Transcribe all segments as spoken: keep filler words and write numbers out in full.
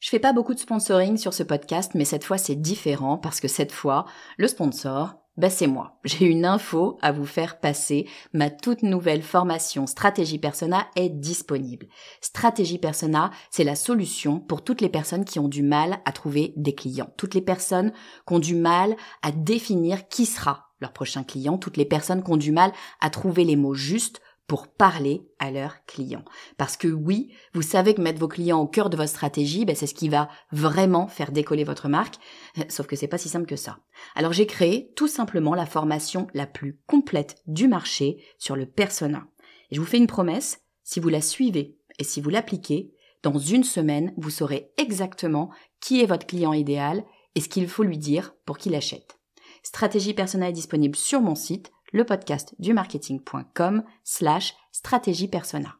Je fais pas beaucoup de sponsoring sur ce podcast, mais cette fois c'est différent parce que cette fois, le sponsor, bah c'est moi. J'ai une info à vous faire passer. Ma toute nouvelle formation Stratégie Persona est disponible. Stratégie Persona, c'est la solution pour toutes les personnes qui ont du mal à trouver des clients. Toutes les personnes qui ont du mal à définir qui sera leur prochain client. Toutes les personnes qui ont du mal à trouver les mots justes pour parler à leurs clients. Parce que oui, vous savez que mettre vos clients au cœur de votre stratégie, ben c'est ce qui va vraiment faire décoller votre marque, sauf que c'est pas si simple que ça. Alors j'ai créé tout simplement la formation la plus complète du marché sur le persona. Et je vous fais une promesse, si vous la suivez et si vous l'appliquez, dans une semaine, vous saurez exactement qui est votre client idéal et ce qu'il faut lui dire pour qu'il achète. Stratégie Persona est disponible sur mon site, le podcast du marketing.com slash stratégie persona.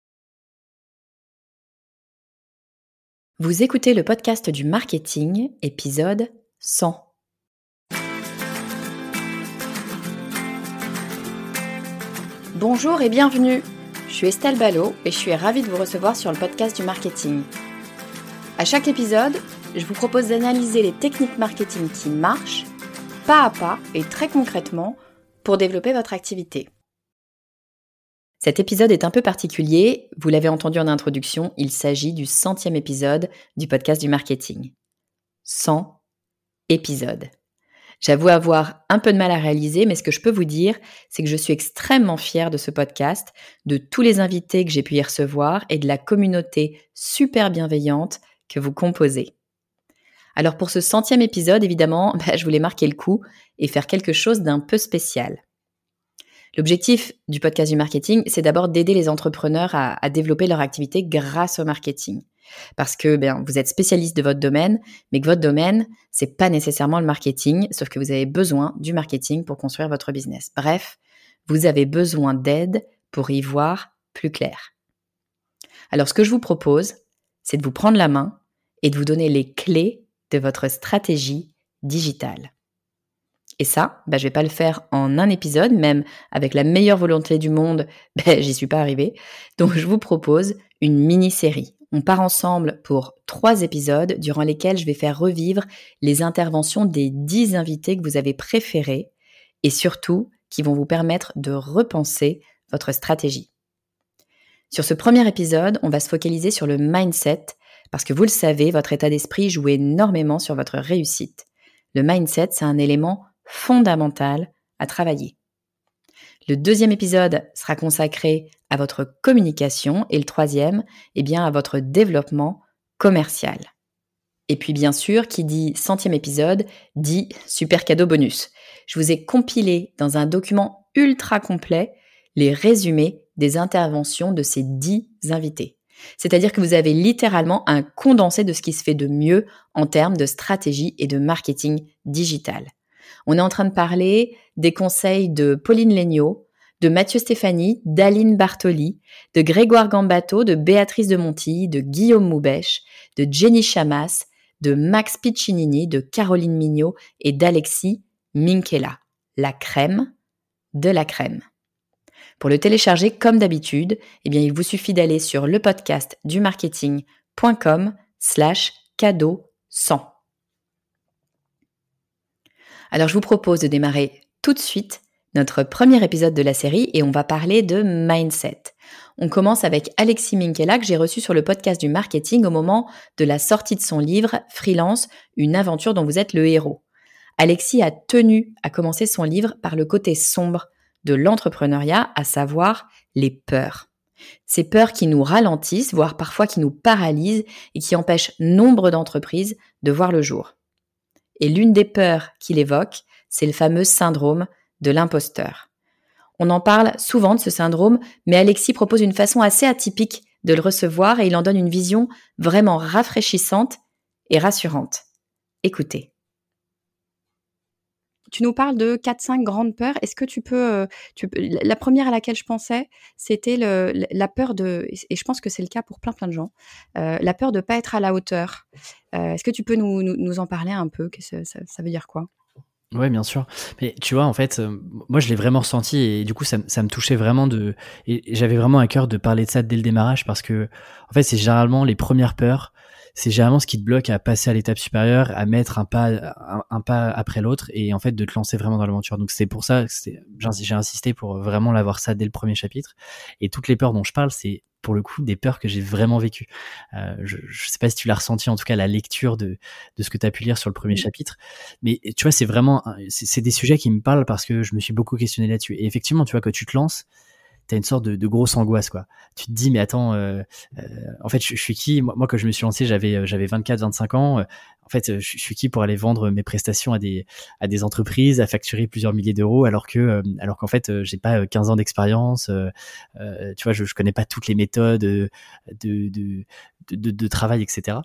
Vous écoutez le podcast du marketing, épisode cent. Bonjour et bienvenue. Je suis Estelle Ballot et je suis ravie de vous recevoir sur le podcast du marketing. À chaque épisode, je vous propose d'analyser les techniques marketing qui marchent, pas à pas et très concrètement, pour développer votre activité. Cet épisode est un peu particulier, vous l'avez entendu en introduction, il s'agit du centième épisode du podcast du marketing. cent épisodes. J'avoue avoir un peu de mal à réaliser, mais ce que je peux vous dire, c'est que je suis extrêmement fière de ce podcast, de tous les invités que j'ai pu y recevoir et de la communauté super bienveillante que vous composez. Alors pour ce centième épisode, évidemment, bah, je voulais marquer le coup et faire quelque chose d'un peu spécial. L'objectif du podcast du marketing, c'est d'abord d'aider les entrepreneurs à, à développer leur activité grâce au marketing. Parce que ben, vous êtes spécialiste de votre domaine, mais que votre domaine, c'est pas nécessairement le marketing, sauf que vous avez besoin du marketing pour construire votre business. Bref, vous avez besoin d'aide pour y voir plus clair. Alors ce que je vous propose, c'est de vous prendre la main et de vous donner les clés de votre stratégie digitale. Et ça, bah, je vais pas le faire en un épisode, même avec la meilleure volonté du monde, bah, j'y suis pas arrivée. Donc je vous propose une mini-série. On part ensemble pour trois épisodes durant lesquels je vais faire revivre les interventions des dix invités que vous avez préférés et surtout qui vont vous permettre de repenser votre stratégie. Sur ce premier épisode, on va se focaliser sur le mindset parce que vous le savez, votre état d'esprit joue énormément sur votre réussite. Le mindset, c'est un élément fondamental à travailler. Le deuxième épisode sera consacré à votre communication et le troisième, eh bien, à votre développement commercial. Et puis bien sûr, qui dit centième épisode, dit super cadeau bonus. Je vous ai compilé dans un document ultra complet les résumés des interventions de ces dix invités. C'est-à-dire que vous avez littéralement un condensé de ce qui se fait de mieux en termes de stratégie et de marketing digital. On est en train de parler des conseils de Pauline Léniaud, de Mathieu Stéphanie, d'Aline Bartoli, de Grégoire Gambato, de Béatrice de Montilly, de Guillaume Moubèche, de Jenny Chamas, de Max Piccinini, de Caroline Mignot et d'Alexis Minkela. La crème de la crème. Pour le télécharger comme d'habitude, eh bien, il vous suffit d'aller sur le podcast du marketing.com slash cadeau cent. Alors, je vous propose de démarrer tout de suite notre premier épisode de la série et on va parler de mindset. On commence avec Alexis Minkela que j'ai reçu sur le podcast du marketing au moment de la sortie de son livre Freelance, une aventure dont vous êtes le héros. Alexis a tenu à commencer son livre par le côté sombre de l'entrepreneuriat, à savoir les peurs. Ces peurs qui nous ralentissent, voire parfois qui nous paralysent et qui empêchent nombre d'entreprises de voir le jour. Et l'une des peurs qu'il évoque, c'est le fameux syndrome de l'imposteur. On en parle souvent de ce syndrome, mais Alexis propose une façon assez atypique de le recevoir et il en donne une vision vraiment rafraîchissante et rassurante. Écoutez. Tu nous parles de quatre cinq grandes peurs. Est-ce que tu peux, euh, tu peux... La première à laquelle je pensais, c'était le, la peur de, et je pense que c'est le cas pour plein plein de gens, euh, la peur de ne pas être à la hauteur. Euh, est-ce que tu peux nous, nous, nous en parler un peu? Que ça, ça, ça veut dire quoi? Ouais, bien sûr. Mais tu vois, en fait, euh, moi, je l'ai vraiment ressenti et du coup, ça, m- ça me touchait vraiment de, et et j'avais vraiment à cœur de parler de ça dès le démarrage parce que, en fait, c'est généralement les premières peurs, c'est généralement ce qui te bloque à passer à l'étape supérieure, à mettre un pas, un, un pas après l'autre et en fait, de te lancer vraiment dans l'aventure. Donc, c'est pour ça que c'est- j'ai j'ai insisté pour vraiment l'avoir ça dès le premier chapitre. Et toutes les peurs dont je parle, c'est pour le coup des peurs que j'ai vraiment vécues. Euh, je, je sais pas si tu l'as ressenti, en tout cas, la lecture de, de ce que tu as pu lire sur le premier Mm. chapitre. Mais tu vois, c'est vraiment, c'est c'est des sujets qui me parlent parce que je me suis beaucoup questionné là-dessus. Et effectivement, tu vois, quand tu te lances, t'as une sorte de, de grosse angoisse, quoi. Tu te dis, mais attends, euh, euh, en fait, je, je suis qui? Moi, moi, quand je me suis lancé, j'avais, euh, j'avais vingt-quatre, vingt-cinq ans. Euh, En fait, euh, je, je suis qui pour aller vendre mes prestations à des, à des entreprises, à facturer plusieurs milliers d'euros, alors que, euh, alors qu'en fait, euh, j'ai pas euh, quinze ans d'expérience. Euh, euh, tu vois, je, je connais pas toutes les méthodes euh, de, de, de, de, de travail, et cetera.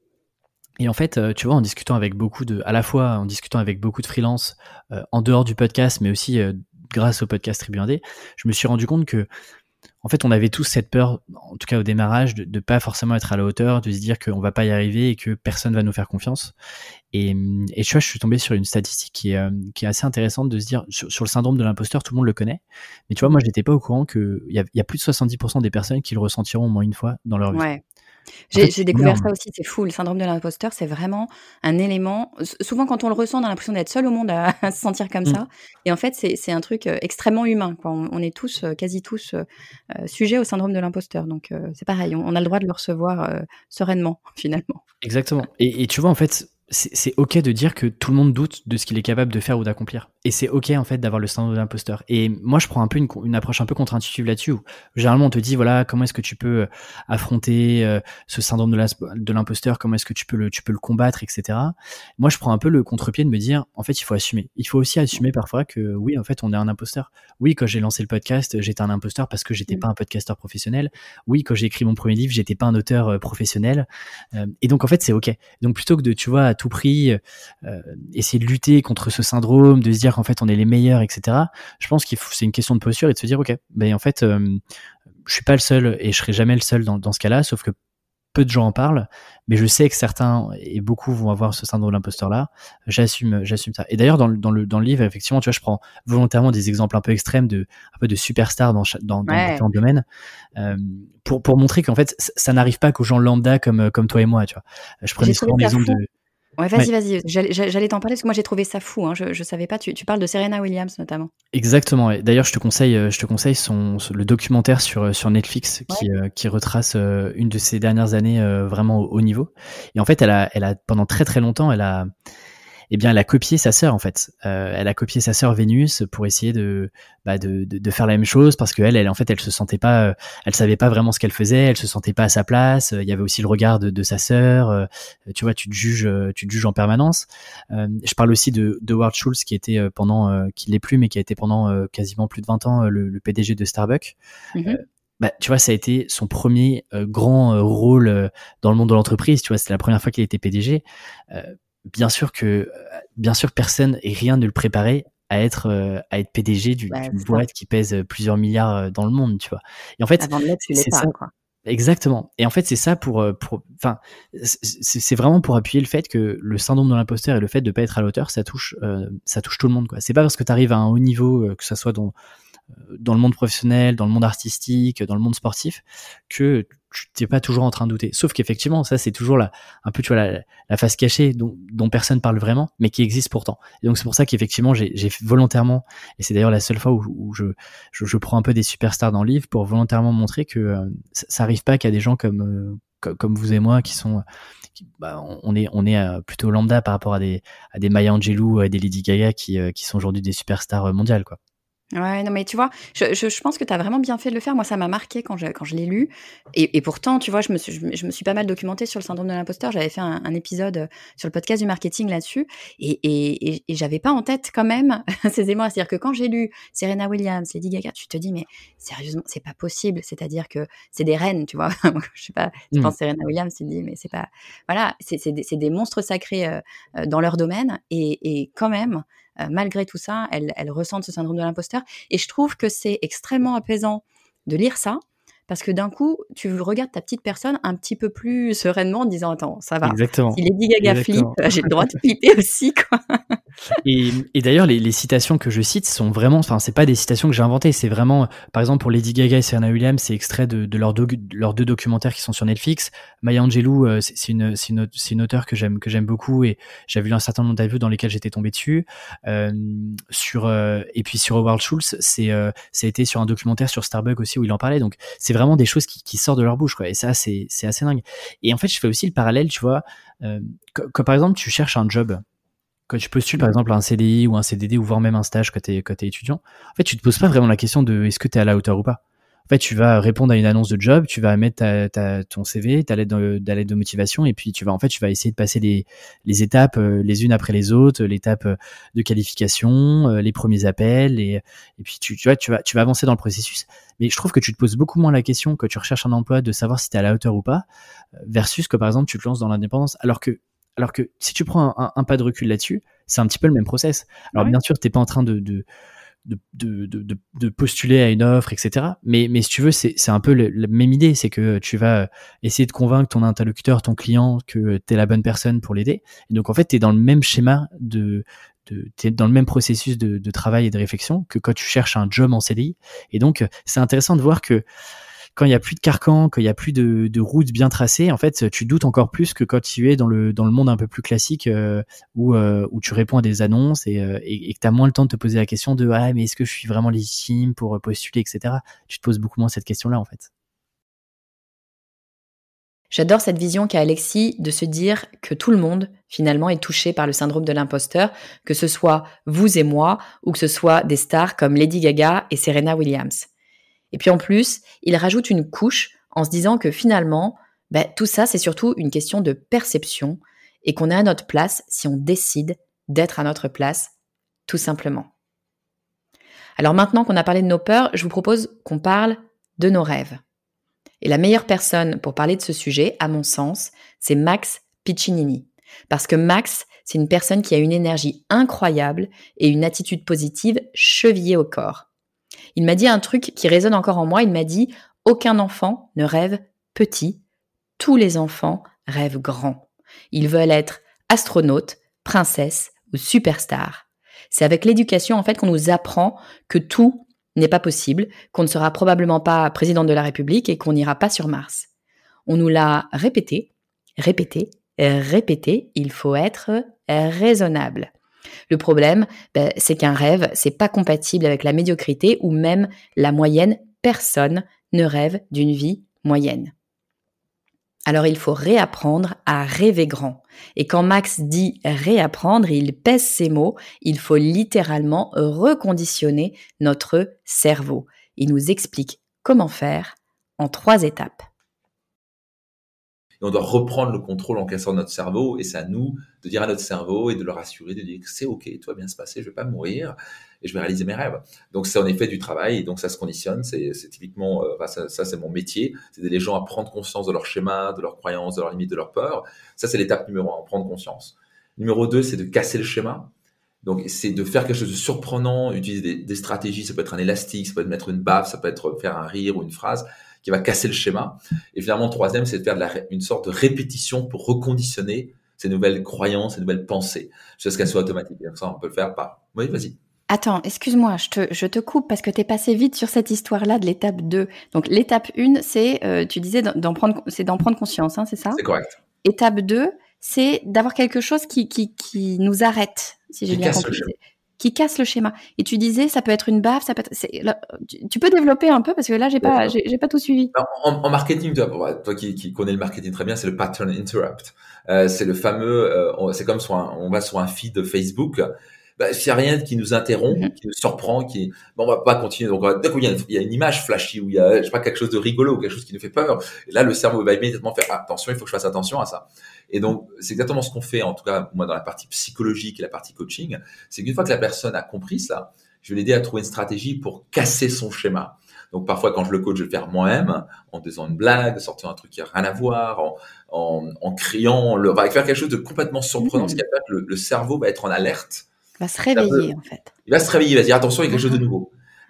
Et en fait, euh, tu vois, en discutant avec beaucoup de, à la fois en discutant avec beaucoup de freelance euh, en dehors du podcast, mais aussi euh, grâce au podcast Tribu Indé, je me suis rendu compte que, en fait, on avait tous cette peur, en tout cas au démarrage, de, de pas forcément être à la hauteur, de se dire qu'on va pas y arriver et que personne va nous faire confiance. Et, et tu vois, je suis tombé sur une statistique qui est, euh, qui est assez intéressante de se dire, sur, sur le syndrome de l'imposteur, tout le monde le connaît. Mais tu vois, moi, j'étais pas au courant qu'il y a, il y a plus de soixante-dix pour cent des personnes qui le ressentiront au moins une fois dans leur vie. Ouais. En fait, J'ai j'ai c'est découvert énorme. ça aussi, c'est fou, le syndrome de l'imposteur, c'est vraiment un élément s souvent quand on le ressent, on a l'impression d'être seul au monde à à se sentir comme Mm. ça et en fait, c'est c'est un truc, heu, extrêmement humain, quoi. On on est tous, heu, quasi tous, heu heu, sujets au syndrome de l'imposteur donc heu, c'est pareil, on on a le droit de le recevoir, heu, sereinement, finalement. Exactement. Et, et tu vois, en fait, c'est c'est ok de dire que tout le monde doute de ce qu'il est capable de faire ou d'accomplir. Et c'est ok, en fait, d'avoir le syndrome de l'imposteur. Et moi, je prends un peu une, une approche un peu contre-intuitive là-dessus, où généralement on te dit, voilà, comment est-ce que tu peux euh, affronter euh, ce syndrome de l'as- de l'imposteur, comment est-ce que tu peux le, tu peux le combattre, et cetera. Moi, je prends un peu le contre-pied de me dire, en fait, il faut assumer. Il faut aussi assumer parfois que oui, en fait, on est un imposteur. Oui, quand j'ai lancé le podcast, j'étais un imposteur parce que j'étais Mmh. pas un podcasteur professionnel. Oui, quand j'ai écrit mon premier livre, j'étais pas un auteur euh, professionnel. Euh, et donc, en fait, c'est ok. Donc, plutôt que de, tu vois, à tout prix, euh, essayer de lutter contre ce syndrome, de se dire qu'en fait, on est les meilleurs, et cetera, je pense qu'il faut, c'est une question de posture et de se dire, ok, ben, en fait, euh, je suis pas le seul et je serai jamais le seul dans, dans ce cas-là, sauf que peu de gens en parlent, mais je sais que certains et beaucoup vont avoir ce syndrome de l'imposteur-là. J'assume, j'assume ça. Et d'ailleurs, dans le, dans le, dans le livre, effectivement, tu vois, je prends volontairement des exemples un peu extrêmes de, un peu de superstars dans, cha- dans, dans Ouais. différents domaines, euh, pour, pour montrer qu'en fait, ça, ça n'arrive pas qu'aux gens lambda comme, comme toi et moi, tu vois. Je prenais J'ai trouvé souvent ça l'exemple fou. de, Ouais, ouais, vas-y, vas-y, j'allais j'a j'allais t'en parler parce que moi j'ai trouvé ça fou, hein, je je savais pas, tu tu parles de Serena Williams notamment? exactement. Ouais. D'ailleurs, je te conseille, euh, je te conseille son, son- le documentaire sur euh, sur Netflix Ouais. qui euh, qui retrace euh, une de ses dernières années euh, vraiment au haut niveau. Et en fait, elle a elle a pendant très très longtemps, elle a eh bien, elle a copié sa sœur en fait. Euh, elle a copié sa sœur Vénus pour essayer de, bah, de, de, de faire la même chose parce que elle, elle en fait, elle se sentait pas, euh, elle savait pas vraiment ce qu'elle faisait, elle se sentait pas à sa place. Il y avait aussi le regard de, de sa sœur. Euh, tu vois, tu te juges, euh, tu te juges en permanence. Euh, je parle aussi de, de Howard Schultz qui était euh, pendant, euh, qui l'est plus, mais qui a été pendant euh, quasiment plus de vingt ans euh, le, le P D G de Starbucks. Euh, Mmh. bah, tu vois, ça a été son premier euh, grand euh, rôle euh, dans le monde de l'entreprise. Tu vois, c'était la première fois qu'il était P D G. Euh, bien sûr que, euh, bien sûr, personne et rien ne le préparait à être euh, à être P D G d'une Bah, d'une c'est ça. boîte qui pèse euh, plusieurs milliards euh, dans le monde, tu vois. Et en fait, Avant de l'être, tu c'est l'es c'est ça. pas, quoi. Exactement. Et en fait, c'est ça pour, euh, pour, enfin, c'est c'est vraiment pour appuyer le fait que le syndrome de l'imposteur et le fait de pas être à la hauteur, ça touche, euh, ça touche tout le monde, quoi. C'est pas parce que tu arrives à un haut niveau, euh, que ça soit dans dans le monde professionnel, dans le monde artistique, dans le monde sportif, que tu n'es pas toujours en train de douter. Sauf qu'effectivement, ça, c'est toujours la, un peu, tu vois, la, la face cachée dont, dont personne parle vraiment, mais qui existe pourtant. Et donc, c'est pour ça qu'effectivement, j'ai, j'ai volontairement, et c'est d'ailleurs la seule fois où, où je, je, je prends un peu des superstars dans le livre pour volontairement montrer que euh, ça, ça arrive pas qu'à des gens comme, euh, comme, comme vous et moi qui sont, qui, bah, on est, on est euh, plutôt lambda par rapport à des, à des Maya Angelou, à des Lady Gaga qui, euh, qui sont aujourd'hui des superstars mondiales, quoi. Ouais, non, mais tu vois, je je je pense que tu as vraiment bien fait de le faire. Moi, ça m'a marqué quand je quand je l'ai lu et et pourtant, tu vois, je me suis je me je me suis pas mal documentée sur le syndrome de l'imposteur. J'avais fait un un épisode, heu, sur le podcast du marketing là-dessus et et et et j'avais pas en tête quand même ces éléments. C'est-à-dire que quand j'ai lu Serena Williams, Lady Gaga, tu te dis: «Mais sérieusement, c'est pas possible». C'est-à-dire que c'est des reines, tu vois? Moi, je sais pas, tu Mmh. penses Serena Williams, tu te dis: «Mais c'est pas» voilà, c'est c'est des c'est des monstres sacrés, heu heu, dans leur domaine et et quand même, heu, malgré tout ça, elles elles ressentent ce syndrome de l'imposteur et je trouve que c'est extrêmement apaisant de lire ça parce que d'un coup, tu regardes ta petite personne un petit peu plus sereinement en disant « Attends, ça va. Exactement. Si Lady Gaga Exactement. flippe, j'ai le droit de flipper aussi, quoi. » Et, et d'ailleurs, les, les citations que je cite sont vraiment, enfin, c'est pas des citations que j'ai inventées, c'est vraiment, par exemple, pour Lady Gaga et Serena Williams, c'est extrait de, de leurs deux, leurs deux documentaires qui sont sur Netflix. Maya Angelou, euh, c'est, c'est une, c'est une, c'est une auteure que j'aime, que j'aime beaucoup, et j'avais lu un certain nombre d'interviews dans lesquelles j'étais tombé dessus. Euh, sur, euh, et puis sur Howard Schultz, c'est, euh, ça a été sur un documentaire sur Starbucks aussi où il en parlait. Donc, c'est vraiment des choses qui, qui sortent de leur bouche, quoi. Et ça, c'est, c'est assez dingue. Et en fait, je fais aussi le parallèle, tu vois, euh, quand, quand par exemple, tu cherches un job, quand tu postules par exemple à un C D I ou un C D D ou voire même un stage quand t'es, quand t'es étudiant, en fait, tu te poses pas vraiment la question de est-ce que t'es à la hauteur ou pas. En fait, tu vas répondre à une annonce de job, tu vas mettre ta, ta, ton C V, ta lettre de, ta lettre de motivation, et puis tu vas en fait, tu vas essayer de passer les, les étapes euh, les unes après les autres, l'étape de qualification, euh, les premiers appels, et, et puis tu, tu vois, tu vas, tu vas avancer dans le processus. Mais je trouve que tu te poses beaucoup moins la question quand tu recherches un emploi de savoir si t'es à la hauteur ou pas, versus que par exemple tu te lances dans l'indépendance, alors que Alors que si tu prends un, un, un pas de recul là-dessus, c'est un petit peu le même process. Alors ouais. Bien sûr, t'es pas en train de, de, de, de, de, de postuler à une offre, et cetera. Mais, mais si tu veux, c'est, c'est un peu le, la même idée. C'est que tu vas essayer de convaincre ton interlocuteur, ton client, que t'es la bonne personne pour l'aider. Et donc, en fait, t'es dans le même schéma de, de t'es dans le même processus de, de travail et de réflexion que quand tu cherches un job en C D I. Et donc, c'est intéressant de voir que quand il y a plus de carcan, quand il y a plus de, de routes bien tracées, en fait, tu doutes encore plus que quand tu es dans le dans le monde un peu plus classique euh, où euh, où tu réponds à des annonces et euh, et, et que t'as moins le temps de te poser la question de ah mais est-ce que je suis vraiment légitime pour postuler, et cetera. Tu te poses beaucoup moins cette question-là en fait. J'adore cette vision qu'a Alexis de se dire que tout le monde, finalement, est touché par le syndrome de l'imposteur, que ce soit vous et moi, ou que ce soit des stars comme Lady Gaga et Serena Williams. Et puis en plus, il rajoute une couche en se disant que finalement, ben, tout ça, c'est surtout une question de perception et qu'on est à notre place si on décide d'être à notre place, tout simplement. Alors maintenant qu'on a parlé de nos peurs, je vous propose qu'on parle de nos rêves. Et la meilleure personne pour parler de ce sujet, à mon sens, c'est Max Piccinini. Parce que Max, c'est une personne qui a une énergie incroyable et une attitude positive chevillée au corps. Il m'a dit un truc qui résonne encore en moi. Il m'a dit « Aucun enfant ne rêve petit. Tous les enfants rêvent grand. Ils veulent être astronautes, princesses ou superstars. » C'est avec l'éducation, en fait, qu'on nous apprend que tout n'est pas possible, qu'on ne sera probablement pas président de la République et qu'on n'ira pas sur Mars. On nous l'a répété, répété, répété. Il faut être raisonnable. Le problème, ben, c'est qu'un rêve, c'est pas compatible avec la médiocrité ou même la moyenne. Personne ne rêve d'une vie moyenne. Alors il faut réapprendre à rêver grand. Et quand Max dit réapprendre, il pèse ses mots, il faut littéralement reconditionner notre cerveau. Il nous explique comment faire en trois étapes. Et on doit reprendre le contrôle en cassant notre cerveau, et c'est à nous de dire à notre cerveau et de le rassurer, de dire que c'est ok, tout va bien se passer, je vais pas mourir et je vais réaliser mes rêves. Donc c'est en effet du travail, et donc ça se conditionne. C'est, c'est typiquement, euh, ça, ça c'est mon métier, c'est d'aider les gens à prendre conscience de leurs schémas, de leurs croyances, de leurs limites, de leurs peurs. Ça c'est l'étape numéro un, prendre conscience. Numéro deux, c'est de casser le schéma. Donc c'est de faire quelque chose de surprenant, utiliser des, des stratégies. Ça peut être un élastique, ça peut être mettre une baffe, ça peut être faire un rire ou une phrase qui va casser le schéma. Et finalement, le troisième, c'est de faire de la, une sorte de répétition pour reconditionner ces nouvelles croyances, ces nouvelles pensées, jusqu'à ce qu'elles soient automatiques. Et ça, on peut le faire par... Oui, vas-y. Attends, excuse-moi, je te, je te coupe parce que tu es passé vite sur cette histoire-là de l'étape deux. Donc, l'étape un, c'est, euh, tu disais, d'en prendre, c'est d'en prendre conscience, hein, c'est ça ? C'est correct. Étape deux, c'est d'avoir quelque chose qui, qui, qui nous arrête, si j'ai qui bien compris. Qui casse le schéma. Et tu disais, ça peut être une baffe, ça peut être... C'est, là, tu, tu peux développer un peu parce que là, j'ai pas, j'ai, j'ai pas tout suivi. En, en marketing, toi, toi qui, qui connais le marketing très bien, c'est le pattern interrupt. Euh, c'est le fameux, euh, on, c'est comme sur un, on va sur un feed de Facebook. Bah, s'il y a rien qui nous interrompt, mm-hmm. qui nous surprend, qui, bon, on va pas continuer. Donc, dès qu'il y a une, il y a une image flashy où il y a, je sais pas, quelque chose de rigolo, quelque chose qui nous fait peur, et là, le cerveau va immédiatement faire attention, il faut que je fasse attention à ça. Et donc, c'est exactement ce qu'on fait, en tout cas, moi, dans la partie psychologique et la partie coaching, c'est qu'une fois que la personne a compris ça, je vais l'aider à trouver une stratégie pour casser son schéma. Donc, parfois, quand je le coach, je vais le faire moi-même, en faisant une blague, sortir un truc qui a rien à voir, en, en, en criant, le, on va faire quelque chose de complètement surprenant, mmh. ce qui va faire que le, le cerveau va être en alerte. Il va se réveiller, peut, en fait. Il va se réveiller, il va se dire, attention, il y a quelque chose de nouveau.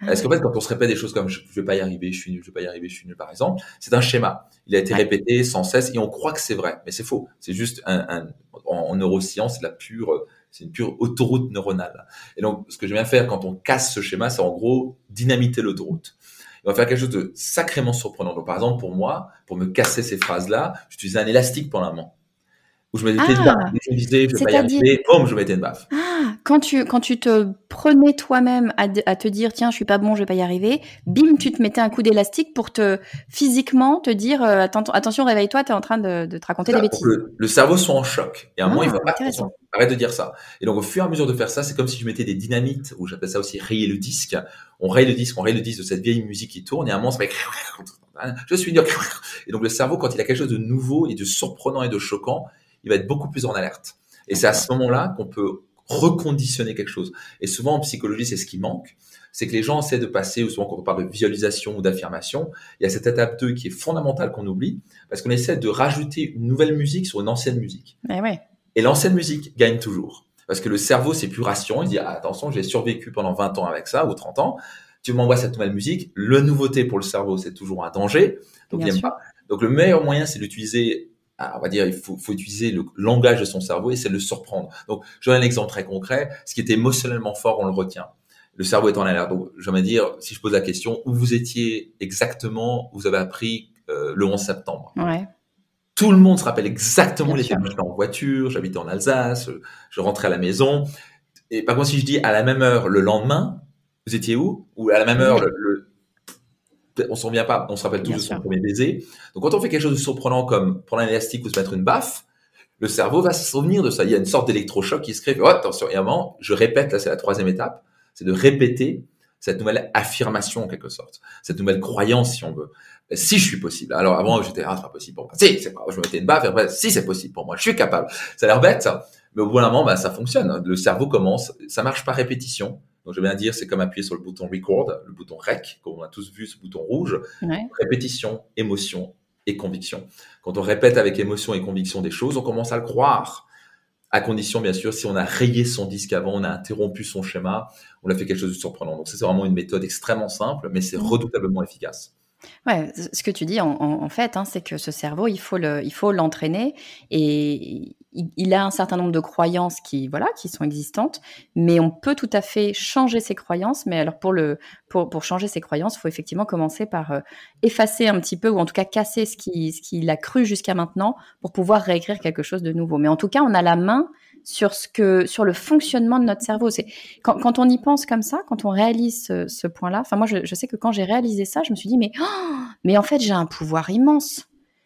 Parce qu'en fait, quand on se répète des choses comme je, je vais pas y arriver, je suis nul, je vais pas y arriver, je suis nul, par exemple, c'est un schéma. Il a été ouais. répété sans cesse et on croit que c'est vrai, mais c'est faux. C'est juste un, un en, en neurosciences, c'est la pure, c'est une pure autoroute neuronale. Et donc, ce que je viens faire quand on casse ce schéma, c'est en gros dynamiter l'autoroute. Et on va faire quelque chose de sacrément surprenant. Donc, par exemple, pour moi, pour me casser ces phrases-là, j'utilisais un élastique pendant un moment. Où je mettais ah, une baffe. Je me disais, je vais pas y arriver, boum, je mettais une baffe. Ah, quand tu, quand tu te prenais toi-même à, à te dire, tiens, je suis pas bon, je vais pas y arriver, bim, tu te mettais un coup d'élastique pour te, physiquement, te dire, euh, atten- attention, réveille-toi, t'es en train de, de te raconter ça, des bêtises. Pour que le, le cerveau soit en choc. Et à un ah, moment, il va pas comprendre. Arrête de dire ça. Et donc, au fur et à mesure de faire ça, c'est comme si je mettais des dynamites, ou j'appelle ça aussi rayer le disque. On raye le disque, on raye le disque de cette vieille musique qui tourne, et à un moment, ça va je suis nul. Et donc, le cerveau, quand il a quelque chose de nouveau et de surprenant et de choquant, il va être beaucoup plus en alerte. Et c'est à ce moment-là qu'on peut reconditionner quelque chose. Et souvent, en psychologie, c'est ce qui manque. C'est que les gens essaient de passer, ou souvent quand on parle de visualisation ou d'affirmation, il y a cette étape deux qui est fondamentale qu'on oublie, parce qu'on essaie de rajouter une nouvelle musique sur une ancienne musique. Eh ouais. Et l'ancienne musique gagne toujours. Parce que le cerveau, c'est plus rassurant. Il dit, ah, attention, j'ai survécu pendant vingt ans avec ça, ou trente ans. Tu m'envoies cette nouvelle musique. Le nouveauté pour le cerveau, c'est toujours un danger. Donc, il n'aime pas. Donc, le meilleur moyen, c'est d'utiliser on va dire, il faut, faut utiliser le langage de son cerveau et c'est de le surprendre. Donc, je donne un exemple très concret. Ce qui est émotionnellement fort, on le retient. Le cerveau est en alerte. Donc, je vais dire, si je pose la question, où vous étiez exactement, vous avez appris euh, le onze septembre. Ouais. Tout le monde se rappelle exactement les temps. J'étais en voiture, j'habitais en Alsace, je rentrais à la maison. Et par contre, si je dis à la même heure le lendemain, vous étiez où? Ou à la même heure, oui. le, le on s'en souvient pas, on se rappelle tous de son premier baiser. Donc, quand on fait quelque chose de surprenant comme prendre un élastique ou se mettre une baffe, le cerveau va se souvenir de ça. Il y a une sorte d'électrochoc qui se crée. Oh, attention, et avant, je répète, là, c'est la troisième étape, c'est de répéter cette nouvelle affirmation, en quelque sorte. Cette nouvelle croyance, si on veut. Si je suis possible. Alors, avant, j'étais, ah, c'est pas possible pour moi. Si, c'est pas, je me mettais une baffe et après, si, c'est possible pour moi. Je suis capable. Ça a l'air bête, ça. Mais au bout d'un moment, bah, ça fonctionne. Le cerveau commence, ça marche par répétition. Donc, je vais bien dire, c'est comme appuyer sur le bouton record, le bouton rec, comme on a tous vu ce bouton rouge. Ouais. Répétition, émotion et conviction. Quand on répète avec émotion et conviction des choses, on commence à le croire. À condition, bien sûr, si on a rayé son disque avant, on a interrompu son schéma, on a fait quelque chose de surprenant. Donc, ça, c'est vraiment une méthode extrêmement simple, mais c'est redoutablement efficace. Ouais, ce que tu dis, en, en, en fait, hein, c'est que ce cerveau, il faut le, il faut l'entraîner et il, il a un certain nombre de croyances qui, voilà, qui sont existantes, mais on peut tout à fait changer ses croyances. Mais alors, pour le, pour, pour changer ses croyances, il faut effectivement commencer par euh, effacer un petit peu, ou en tout cas casser ce qui, ce qu'il a cru jusqu'à maintenant pour pouvoir réécrire quelque chose de nouveau. Mais en tout cas, on a la main sur ce que, sur le fonctionnement de notre cerveau. C'est quand, quand on y pense comme ça, quand on réalise ce, ce point-là. Enfin, moi, je, je sais que quand j'ai réalisé ça, je me suis dit, mais, oh, mais en fait, j'ai un pouvoir immense.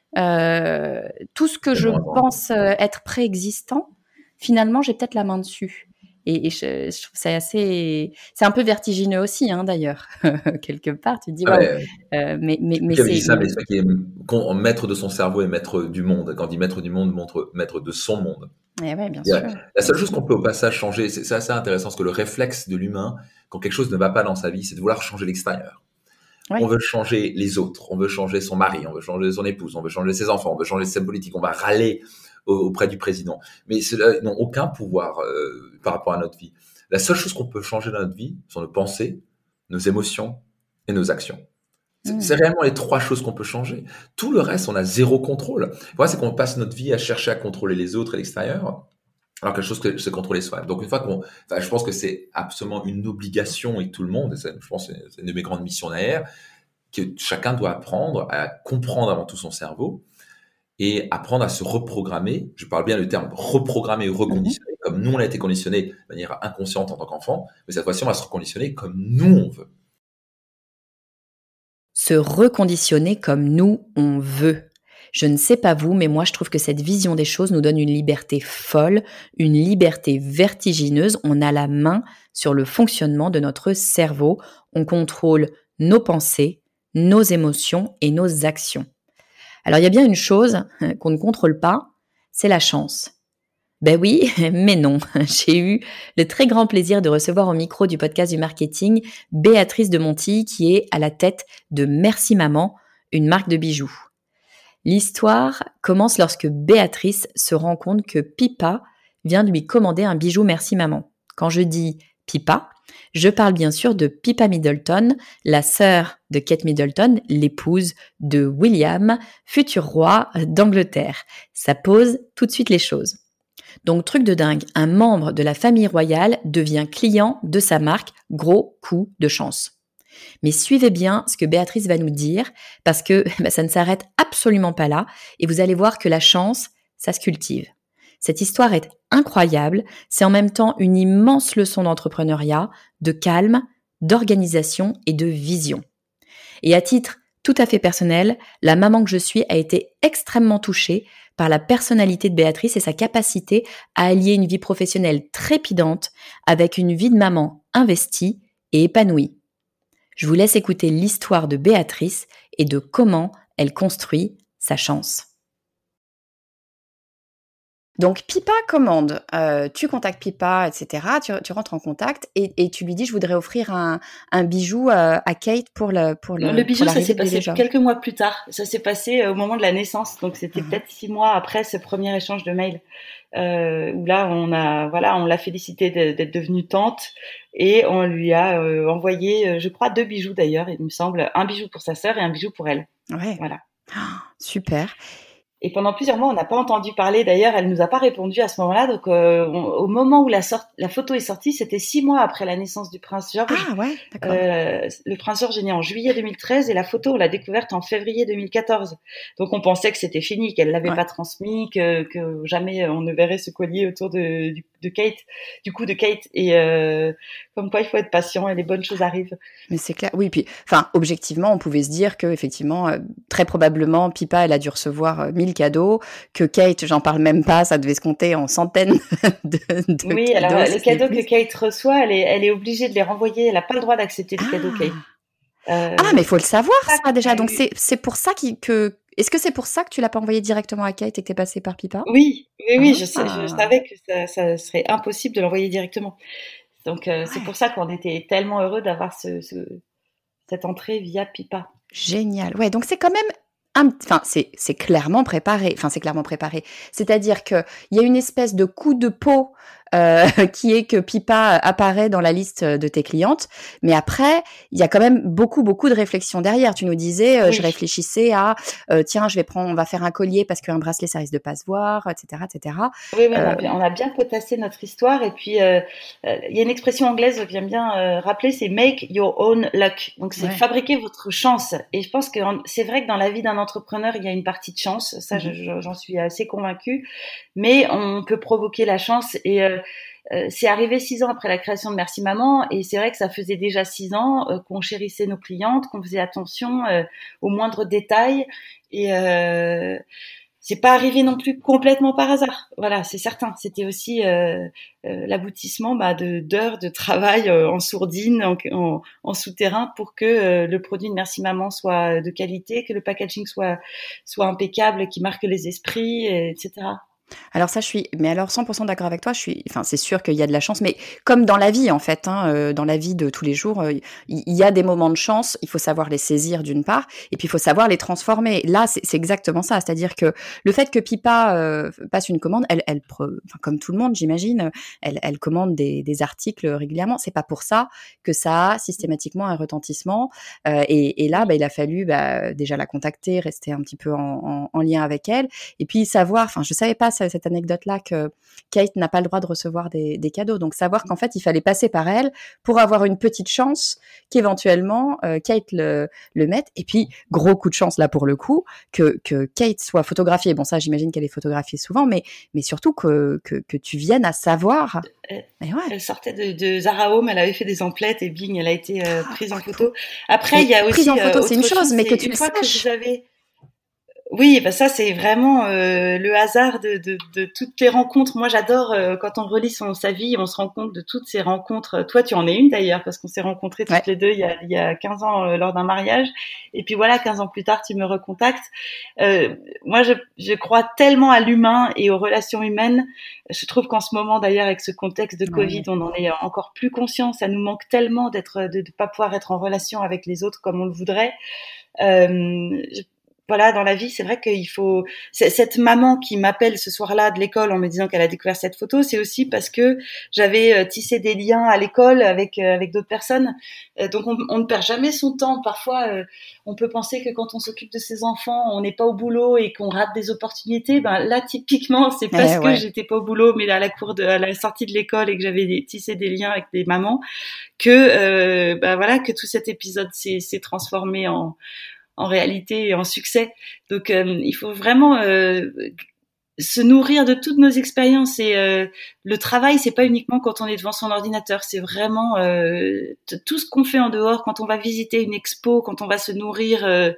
Euh, tout ce que je pense euh, être préexistant, finalement, j'ai peut-être la main dessus. Et, et je, je trouve que c'est assez, c'est un peu vertigineux aussi, hein, d'ailleurs, quelque part. Tu te dis, ah, ouais, euh, mais, mais, mais c'est ça, mais c'est qui est maître de son cerveau et maître du monde. Quand on dit maître du monde, montre maître de son monde. Eh ouais, bien sûr. sûr. La seule chose qu'on peut au passage changer, c'est, c'est assez intéressant, parce que le réflexe de l'humain, quand quelque chose ne va pas dans sa vie, c'est de vouloir changer l'extérieur. Ouais. On veut changer les autres, on veut changer son mari, on veut changer son épouse, on veut changer ses enfants, on veut changer le système politique, on va râler auprès du président. Mais ceux-là n'ont aucun pouvoir euh, par rapport à notre vie. La seule chose qu'on peut changer dans notre vie sont nos pensées, nos émotions et nos actions. C'est, mmh. c'est réellement les trois choses qu'on peut changer. Tout le reste, on a zéro contrôle. Le problème, c'est qu'on passe notre vie à chercher à contrôler les autres et l'extérieur, alors quelque chose que c'est contrôler soi-même. Donc une fois qu'on, enfin, je pense que c'est absolument une obligation et tout le monde, et c'est, je pense que c'est une de mes grandes missions derrière, que chacun doit apprendre à comprendre avant tout son cerveau et apprendre à se reprogrammer. Je parle bien du terme reprogrammer ou reconditionner, mmh. comme nous on a été conditionné de manière inconsciente en tant qu'enfant, mais cette fois-ci on va se reconditionner comme nous on veut. Se reconditionner comme nous on veut. Je ne sais pas vous, mais moi je trouve que cette vision des choses nous donne une liberté folle, une liberté vertigineuse. On a la main sur le fonctionnement de notre cerveau. On contrôle nos pensées, nos émotions et nos actions. Alors il y a bien une chose qu'on ne contrôle pas, c'est la chance. Ben oui, mais non. J'ai eu le très grand plaisir de recevoir au micro du podcast du marketing Béatrice de Montilly, qui est à la tête de Merci Maman, une marque de bijoux. L'histoire commence lorsque Béatrice se rend compte que Pipa vient de lui commander un bijou Merci Maman. Quand je dis Pipa, Je parle bien sûr de Pippa Middleton, la sœur de Kate Middleton, l'épouse de William, futur roi d'Angleterre. Ça pose tout de suite les choses. Donc, truc de dingue, un membre de la famille royale devient client de sa marque, gros coup de chance. Mais suivez bien ce que Béatrice va nous dire, parce que bah, ça ne s'arrête absolument pas là, et vous allez voir que la chance, ça se cultive. Cette histoire est incroyable, c'est en même temps une immense leçon d'entrepreneuriat, de calme, d'organisation et de vision. Et à titre tout à fait personnel, la maman que je suis a été extrêmement touchée par la personnalité de Béatrice et sa capacité à allier une vie professionnelle trépidante avec une vie de maman investie et épanouie. Je vous laisse écouter l'histoire de Béatrice et de comment elle construit sa chance. Donc, Pippa commande, euh, tu contactes Pippa, et cetera. Tu, tu rentres en contact et, et tu lui dis, je voudrais offrir un, un bijou à, à Kate pour le pour le. Le bijou, pour ça s'est de passé Bébé quelques mois plus tard. Ça s'est passé au moment de la naissance, donc c'était Mmh. peut-être six mois après ce premier échange de mails. Euh, où là, on a, voilà, on l'a félicité d'être devenue tante et on lui a euh, envoyé, je crois, deux bijoux d'ailleurs, il me semble, un bijou pour sa sœur et un bijou pour elle. Ouais. Voilà. Ah, super. Et pendant plusieurs mois, on n'a pas entendu parler. D'ailleurs, elle nous a pas répondu à ce moment-là. Donc, euh, on, au moment où la, sort, la photo est sortie, c'était six mois après la naissance du prince George. Ah ouais, d'accord. Euh, le prince George est né en juillet deux mille treize et la photo, on l'a découverte en février deux mille quatorze. Donc, on pensait que c'était fini, qu'elle l'avait Ouais. pas transmis, que, que jamais on ne verrait ce collier autour de, de, de Kate, du coup de Kate. Et euh, comme quoi, il faut être patient et les bonnes choses arrivent. Mais c'est clair. Oui, puis, enfin, objectivement, on pouvait se dire que, effectivement, euh, très probablement, Pippa, elle a dû recevoir euh, mille cadeaux, que Kate, j'en parle même pas, ça devait se compter en centaines de, de oui, cadeaux. alors si les ce n'est cadeaux plus. que Kate reçoit, elle est, elle est obligée de les renvoyer. Elle n'a pas le droit d'accepter des cadeaux, Kate. Euh, Ah, mais il faut le savoir, ça, ça, déjà. euh, Donc, c'est, c'est pour ça qu'il, que... Est-ce que c'est pour ça que tu l'as pas envoyé directement à Kate et que t'es passé par Pippa? Oui, oui, oui, je, sais- Ah, je savais que ça, ça serait impossible de l'envoyer directement. Donc, euh, c'est ouais. pour ça qu'on était tellement heureux d'avoir ce, ce, cette entrée via Pippa. Génial. Ouais, donc c'est quand même un, enfin, c'est, c'est clairement préparé. Enfin, c'est clairement préparé. C'est-à-dire que il y a une espèce de coup de peau euh, qui est que Pippa apparaît dans la liste de tes clientes. Mais après, il y a quand même beaucoup, beaucoup de réflexion derrière. Tu nous disais, euh, Oui. je réfléchissais à, euh, tiens, je vais prendre, on va faire un collier parce qu'un bracelet, ça risque de pas se voir, et cetera, et cetera. Oui, oui, on, a Euh, bien, on a bien potassé notre histoire. Et puis, euh, euh, il y a une expression anglaise que j'aime bien euh, rappeler, c'est make your own luck. Donc, c'est Ouais. fabriquer votre chance. Et je pense que en- c'est vrai que dans la vie d'un entrepreneur, il y a une partie de chance. Ça, je- je- j'en suis assez convaincue. Mais on peut provoquer la chance. Et euh, euh, c'est arrivé six ans après la création de Merci Maman. Et c'est vrai que ça faisait déjà six ans euh, qu'on chérissait nos clientes, qu'on faisait attention euh, aux moindres détails. Et... Euh, c'est pas arrivé non plus complètement par hasard. Voilà, c'est certain. C'était aussi euh, euh, l'aboutissement bah, de d'heures de travail euh, en sourdine, en, en, en souterrain, pour que euh, le produit de Merci Maman soit de qualité, que le packaging soit soit impeccable, qui marque les esprits, et, etc. Alors ça, je suis, mais alors cent pour cent d'accord avec toi. Je suis, enfin, c'est sûr qu'il y a de la chance, mais comme dans la vie en fait, hein, euh, dans la vie de tous les jours, euh, il y, y a des moments de chance. Il faut savoir les saisir d'une part, et puis il faut savoir les transformer. Là, c'est, c'est exactement ça. C'est-à-dire que le fait que Pippa euh, passe une commande, elle, elle, enfin, comme tout le monde, j'imagine, elle, elle commande des, des articles régulièrement. C'est pas pour ça que ça a systématiquement un retentissement. Euh, et, et là, bah, il a fallu bah, déjà la contacter, rester un petit peu en, en, en lien avec elle, et puis savoir. Enfin, je savais pas cette anecdote-là que Kate n'a pas le droit de recevoir des, des cadeaux. Donc, savoir qu'en fait, il fallait passer par elle pour avoir une petite chance qu'éventuellement euh, Kate le, le mette. Et puis, gros coup de chance là pour le coup, que, que Kate soit photographiée. Bon, ça, j'imagine qu'elle est photographiée souvent, mais, mais surtout que, que, que tu viennes à savoir. Elle, mais ouais. elle sortait de, de Zara Home, elle avait fait des emplettes et bing, elle a été euh, prise en photo. Après, il y a aussi prise en photo, euh, c'est une chose, chose, mais que tu une le fois saches. que vous avez Oui, bah ça c'est vraiment euh, le hasard de, de, de toutes les rencontres. Moi j'adore euh, quand on relit son, sa vie, on se rend compte de toutes ces rencontres. Toi tu en es une d'ailleurs parce qu'on s'est rencontrés toutes ouais. les deux il y a, il y a quinze ans euh, lors d'un mariage. Et puis voilà, quinze ans plus tard tu me recontactes. Euh, moi je, je crois tellement à l'humain et aux relations humaines. Je trouve qu'en ce moment d'ailleurs avec ce contexte de Covid, ouais. on en est encore plus conscient. Ça nous manque tellement d'être, de ne pas pouvoir être en relation avec les autres comme on le voudrait. Euh, je, voilà, dans la vie, c'est vrai qu'il faut. C'est, cette maman qui m'appelle ce soir-là de l'école en me disant qu'elle a découvert cette photo, c'est aussi parce que j'avais euh, tissé des liens à l'école avec euh, avec d'autres personnes. Euh, donc on, on ne perd jamais son temps. Parfois, euh, on peut penser que quand on s'occupe de ses enfants, on n'est pas au boulot et qu'on rate des opportunités. Ben là, typiquement, c'est parce Eh que ouais. j'étais pas au boulot, mais à la cour de, à la sortie de l'école et que j'avais des, tissé des liens avec des mamans, que euh, ben voilà, que tout cet épisode s'est, s'est transformé en en réalité en succès. Donc euh, il faut vraiment euh, se nourrir de toutes nos expériences et euh, le travail, c'est pas uniquement quand on est devant son ordinateur, c'est vraiment euh, t- tout ce qu'on fait en dehors, quand on va visiter une expo, quand on va se nourrir, euh,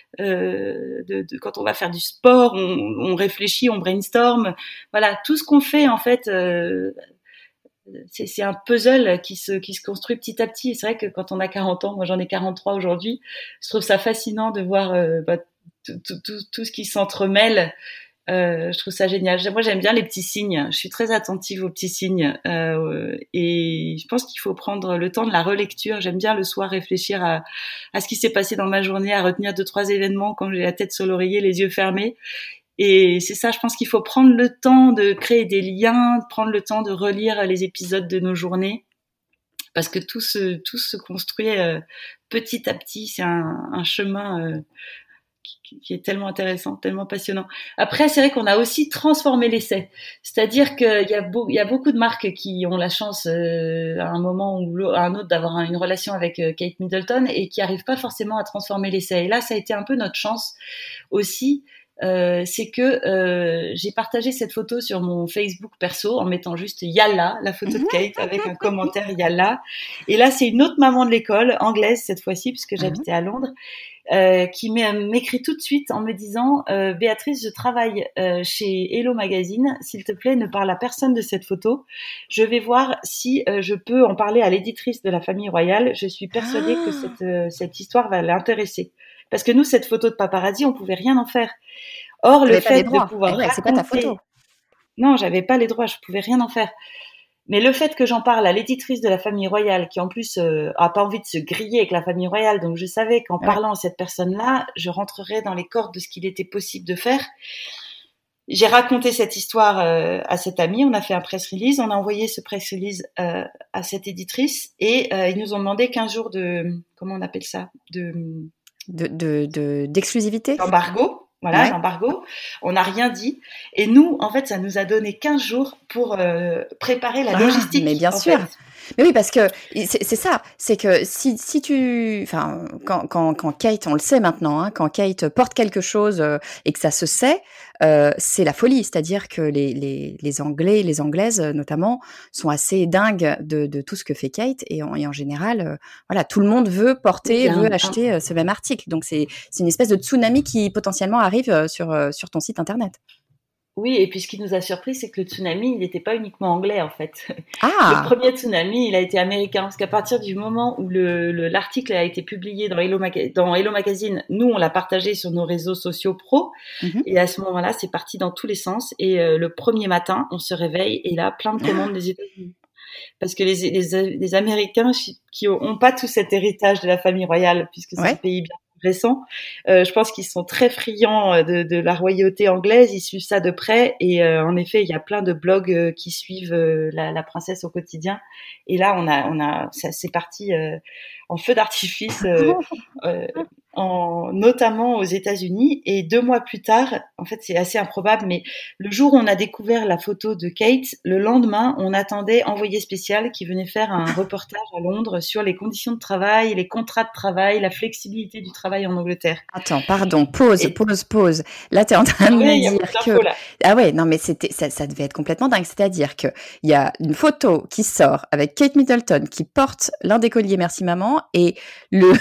euh, de, de, quand on va faire du sport, on, on réfléchit, on brainstorm, voilà, tout ce qu'on fait en fait. Euh, c'est, c'est un puzzle qui se, qui se construit petit à petit. Et c'est vrai que quand on a quarante ans, moi j'en ai quarante-trois aujourd'hui, je trouve ça fascinant de voir euh, bah, tout, tout, tout, tout ce qui s'entremêle. Euh, je trouve ça génial. Moi j'aime bien les petits signes. Je suis très attentive aux petits signes euh, et je pense qu'il faut prendre le temps de la relecture. J'aime bien le soir réfléchir à, à ce qui s'est passé dans ma journée, à retenir deux trois événements quand j'ai la tête sur l'oreiller, les yeux fermés. Et c'est ça, je pense qu'il faut prendre le temps de créer des liens, prendre le temps de relire les épisodes de nos journées, parce que tout se, tout se construit euh, petit à petit. C'est un, un chemin euh, qui, qui est tellement intéressant, tellement passionnant. Après, c'est vrai qu'on a aussi transformé l'essai. C'est-à-dire qu'il y a, beau, il y a beaucoup de marques qui ont la chance euh, à un moment ou à un autre d'avoir une relation avec euh, Kate Middleton et qui n'arrivent pas forcément à transformer l'essai. Et là, ça a été un peu notre chance aussi. Euh, c'est que euh, j'ai partagé cette photo sur mon Facebook perso en mettant juste Yalla, la photo de Kate avec un commentaire Yalla. Et là, c'est une autre maman de l'école, anglaise cette fois-ci, puisque j'habitais à Londres, euh, qui m'écrit tout de suite en me disant euh, Béatrice, je travaille euh, chez Hello Magazine, s'il te plaît, ne parle à personne de cette photo. Je vais voir si euh, je peux en parler à l'éditrice de la famille royale. Je suis persuadée ah. que cette, euh, cette histoire va l'intéresser. Parce que nous, cette photo de paparazzi, on pouvait rien en faire. Or, le fait de pouvoir ouais, raconter... c'est pas ta photo. Non, j'avais pas les droits, je pouvais rien en faire. Mais le fait que j'en parle à l'éditrice de la famille royale, qui en plus euh, a pas envie de se griller avec la famille royale, donc je savais qu'en ouais. parlant à cette personne-là, je rentrerais dans les cordes de ce qu'il était possible de faire. J'ai raconté cette histoire euh, à cette amie, on a fait un press release, on a envoyé ce press release euh, à cette éditrice et euh, ils nous ont demandé quinze jours de... Comment on appelle ça de... De, de, de, d'exclusivité D'embargo, voilà, ouais. d'embargo. On n'a rien dit. Et nous, en fait, ça nous a donné quinze jours pour euh, préparer la logistique. Ah, mais bien sûr. Fait. Mais oui, parce que c'est, c'est ça, c'est que si, si tu, enfin, quand, quand, quand Kate, on le sait maintenant, hein, quand Kate porte quelque chose euh, et que ça se sait, euh, c'est la folie. C'est-à-dire que les, les, les Anglais, les Anglaises notamment, sont assez dingues de, de tout ce que fait Kate et en, et en général, euh, voilà, tout le monde veut porter, oui, veut un, acheter un... ce même article. Donc c'est, c'est une espèce de tsunami qui potentiellement arrive sur, sur ton site internet. Oui, et puis ce qui nous a surpris, c'est que le tsunami, il n'était pas uniquement anglais, en fait. Ah. Le premier tsunami, il a été américain, parce qu'à partir du moment où le, le, l'article a été publié dans Hello, Maga- dans Hello Magazine, nous, on l'a partagé sur nos réseaux sociaux pro, mm-hmm. et à ce moment-là, c'est parti dans tous les sens, et euh, le premier matin, on se réveille, et là, plein de commandes des États-Unis. Parce que les, les, les Américains qui n'ont pas tout cet héritage de la famille royale, puisque c'est ouais. un pays bien récent, euh, je pense qu'ils sont très friands de, de la royauté anglaise, ils suivent ça de près et euh, en effet il y a plein de blogs euh, qui suivent euh, la, la princesse au quotidien et là on a on a ça, c'est parti euh, en feu d'artifice euh, euh, en, notamment aux États-Unis et deux mois plus tard, en fait c'est assez improbable, mais le jour où on a découvert la photo de Kate, le lendemain on attendait envoyé spécial qui venait faire un reportage à Londres sur les conditions de travail, les contrats de travail, la flexibilité du travail en Angleterre. Attends, pardon, pause, et... pause, pause. Là, t'es en train de oui, me dire que là. ah ouais, non mais c'était ça, ça devait être complètement dingue. C'est-à-dire que il y a une photo qui sort avec Kate Middleton qui porte l'un des colliers Merci Maman et le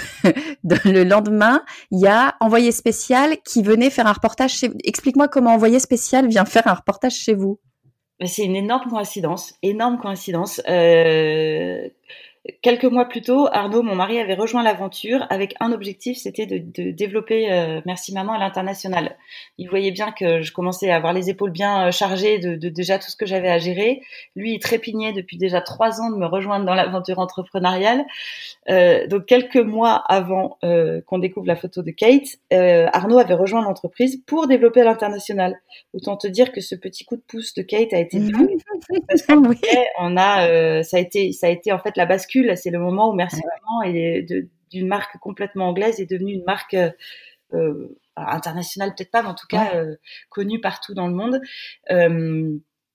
le lendemain il y a envoyé spécial qui venait faire un reportage chez vous. Explique-moi comment envoyé spécial vient faire un reportage chez vous. C'est une énorme coïncidence, énorme coïncidence. Euh... quelques mois plus tôt, Arnaud, mon mari, avait rejoint l'aventure avec un objectif, c'était de, de développer euh, Merci Maman à l'international. Il voyait bien que je commençais à avoir les épaules bien chargées de, de déjà tout ce que j'avais à gérer. Lui, il trépignait depuis déjà trois ans de me rejoindre dans l'aventure entrepreneuriale. Euh, donc quelques mois avant euh, qu'on découvre la photo de Kate, euh, Arnaud avait rejoint l'entreprise pour développer à l'international. Autant te dire que ce petit coup de pouce de Kate a été dingue. Parce qu'après, on a, euh, ça a été, ça a été en fait la bascule. C'est le moment où Merci Maman est de, d'une marque complètement anglaise est devenue une marque euh, internationale, peut-être pas, mais en tout cas euh, connue partout dans le monde. Euh,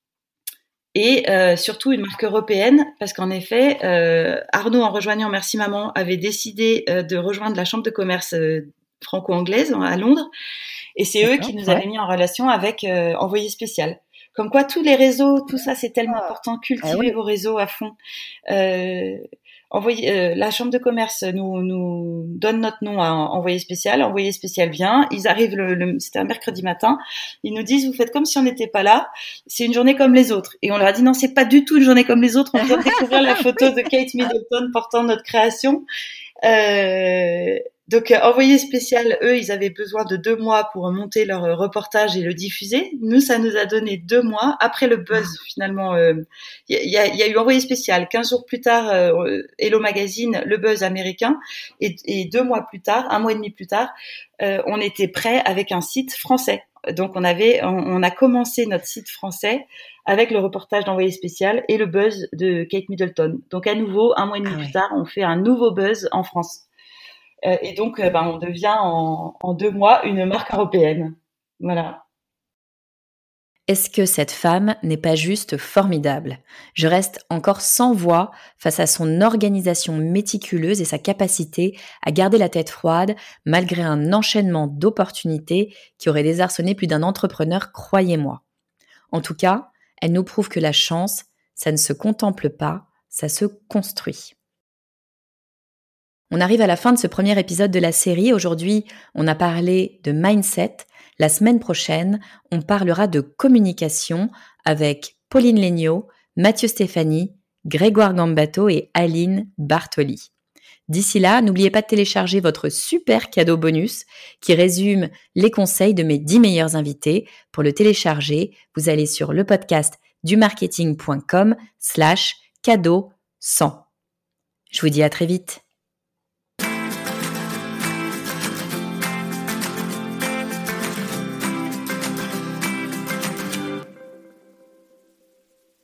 et euh, surtout une marque européenne, parce qu'en effet, euh, Arnaud, en rejoignant Merci Maman, avait décidé euh, de rejoindre la chambre de commerce euh, franco-anglaise à Londres, et c'est D'accord, eux qui nous ouais. avaient mis en relation avec euh, Envoyé Spécial. Comme quoi, tous les réseaux, tout ça, c'est tellement important. Cultivez ah oui. vos réseaux à fond. Euh, envoyez, euh, la chambre de commerce nous, nous donne notre nom à Envoyé Spécial. Envoyé Spécial vient. Ils arrivent, le, le, c'était un mercredi matin. Ils nous disent, vous faites comme si on n'était pas là. C'est une journée comme les autres. Et on leur a dit, non, c'est pas du tout une journée comme les autres. On vient de découvrir la photo de Kate Middleton portant notre création. Euh, Donc, euh, Envoyé Spécial, eux, ils avaient besoin de deux mois pour monter leur euh, reportage et le diffuser. Nous, ça nous a donné deux mois. Après le buzz, finalement, il euh, y, y, a, y a eu Envoyé Spécial. Quinze jours plus tard, euh, Hello Magazine, le buzz américain. Et, et deux mois plus tard, un mois et demi plus tard, euh, on était prêt avec un site français. Donc, on avait, on, on a commencé notre site français avec le reportage d'Envoyé Spécial et le buzz de Kate Middleton. Donc, à nouveau, un mois et demi ah ouais. plus tard, on fait un nouveau buzz en France. Euh, et donc, euh, ben, on devient en, en deux mois une marque européenne. Voilà. Est-ce que cette femme n'est pas juste formidable ? Je reste encore sans voix face à son organisation méticuleuse et sa capacité à garder la tête froide malgré un enchaînement d'opportunités qui aurait désarçonné plus d'un entrepreneur, croyez-moi. En tout cas, elle nous prouve que la chance, ça ne se contemple pas, ça se construit. On arrive à la fin de ce premier épisode de la série. Aujourd'hui, on a parlé de mindset. La semaine prochaine, on parlera de communication avec Pauline Legnaud, Mathieu Stéphanie, Grégoire Gambato et Aline Bartoli. D'ici là, n'oubliez pas de télécharger votre super cadeau bonus qui résume les conseils de mes dix meilleurs invités. Pour le télécharger, vous allez sur le podcast du marketing point com slash cadeau cent. Je vous dis à très vite.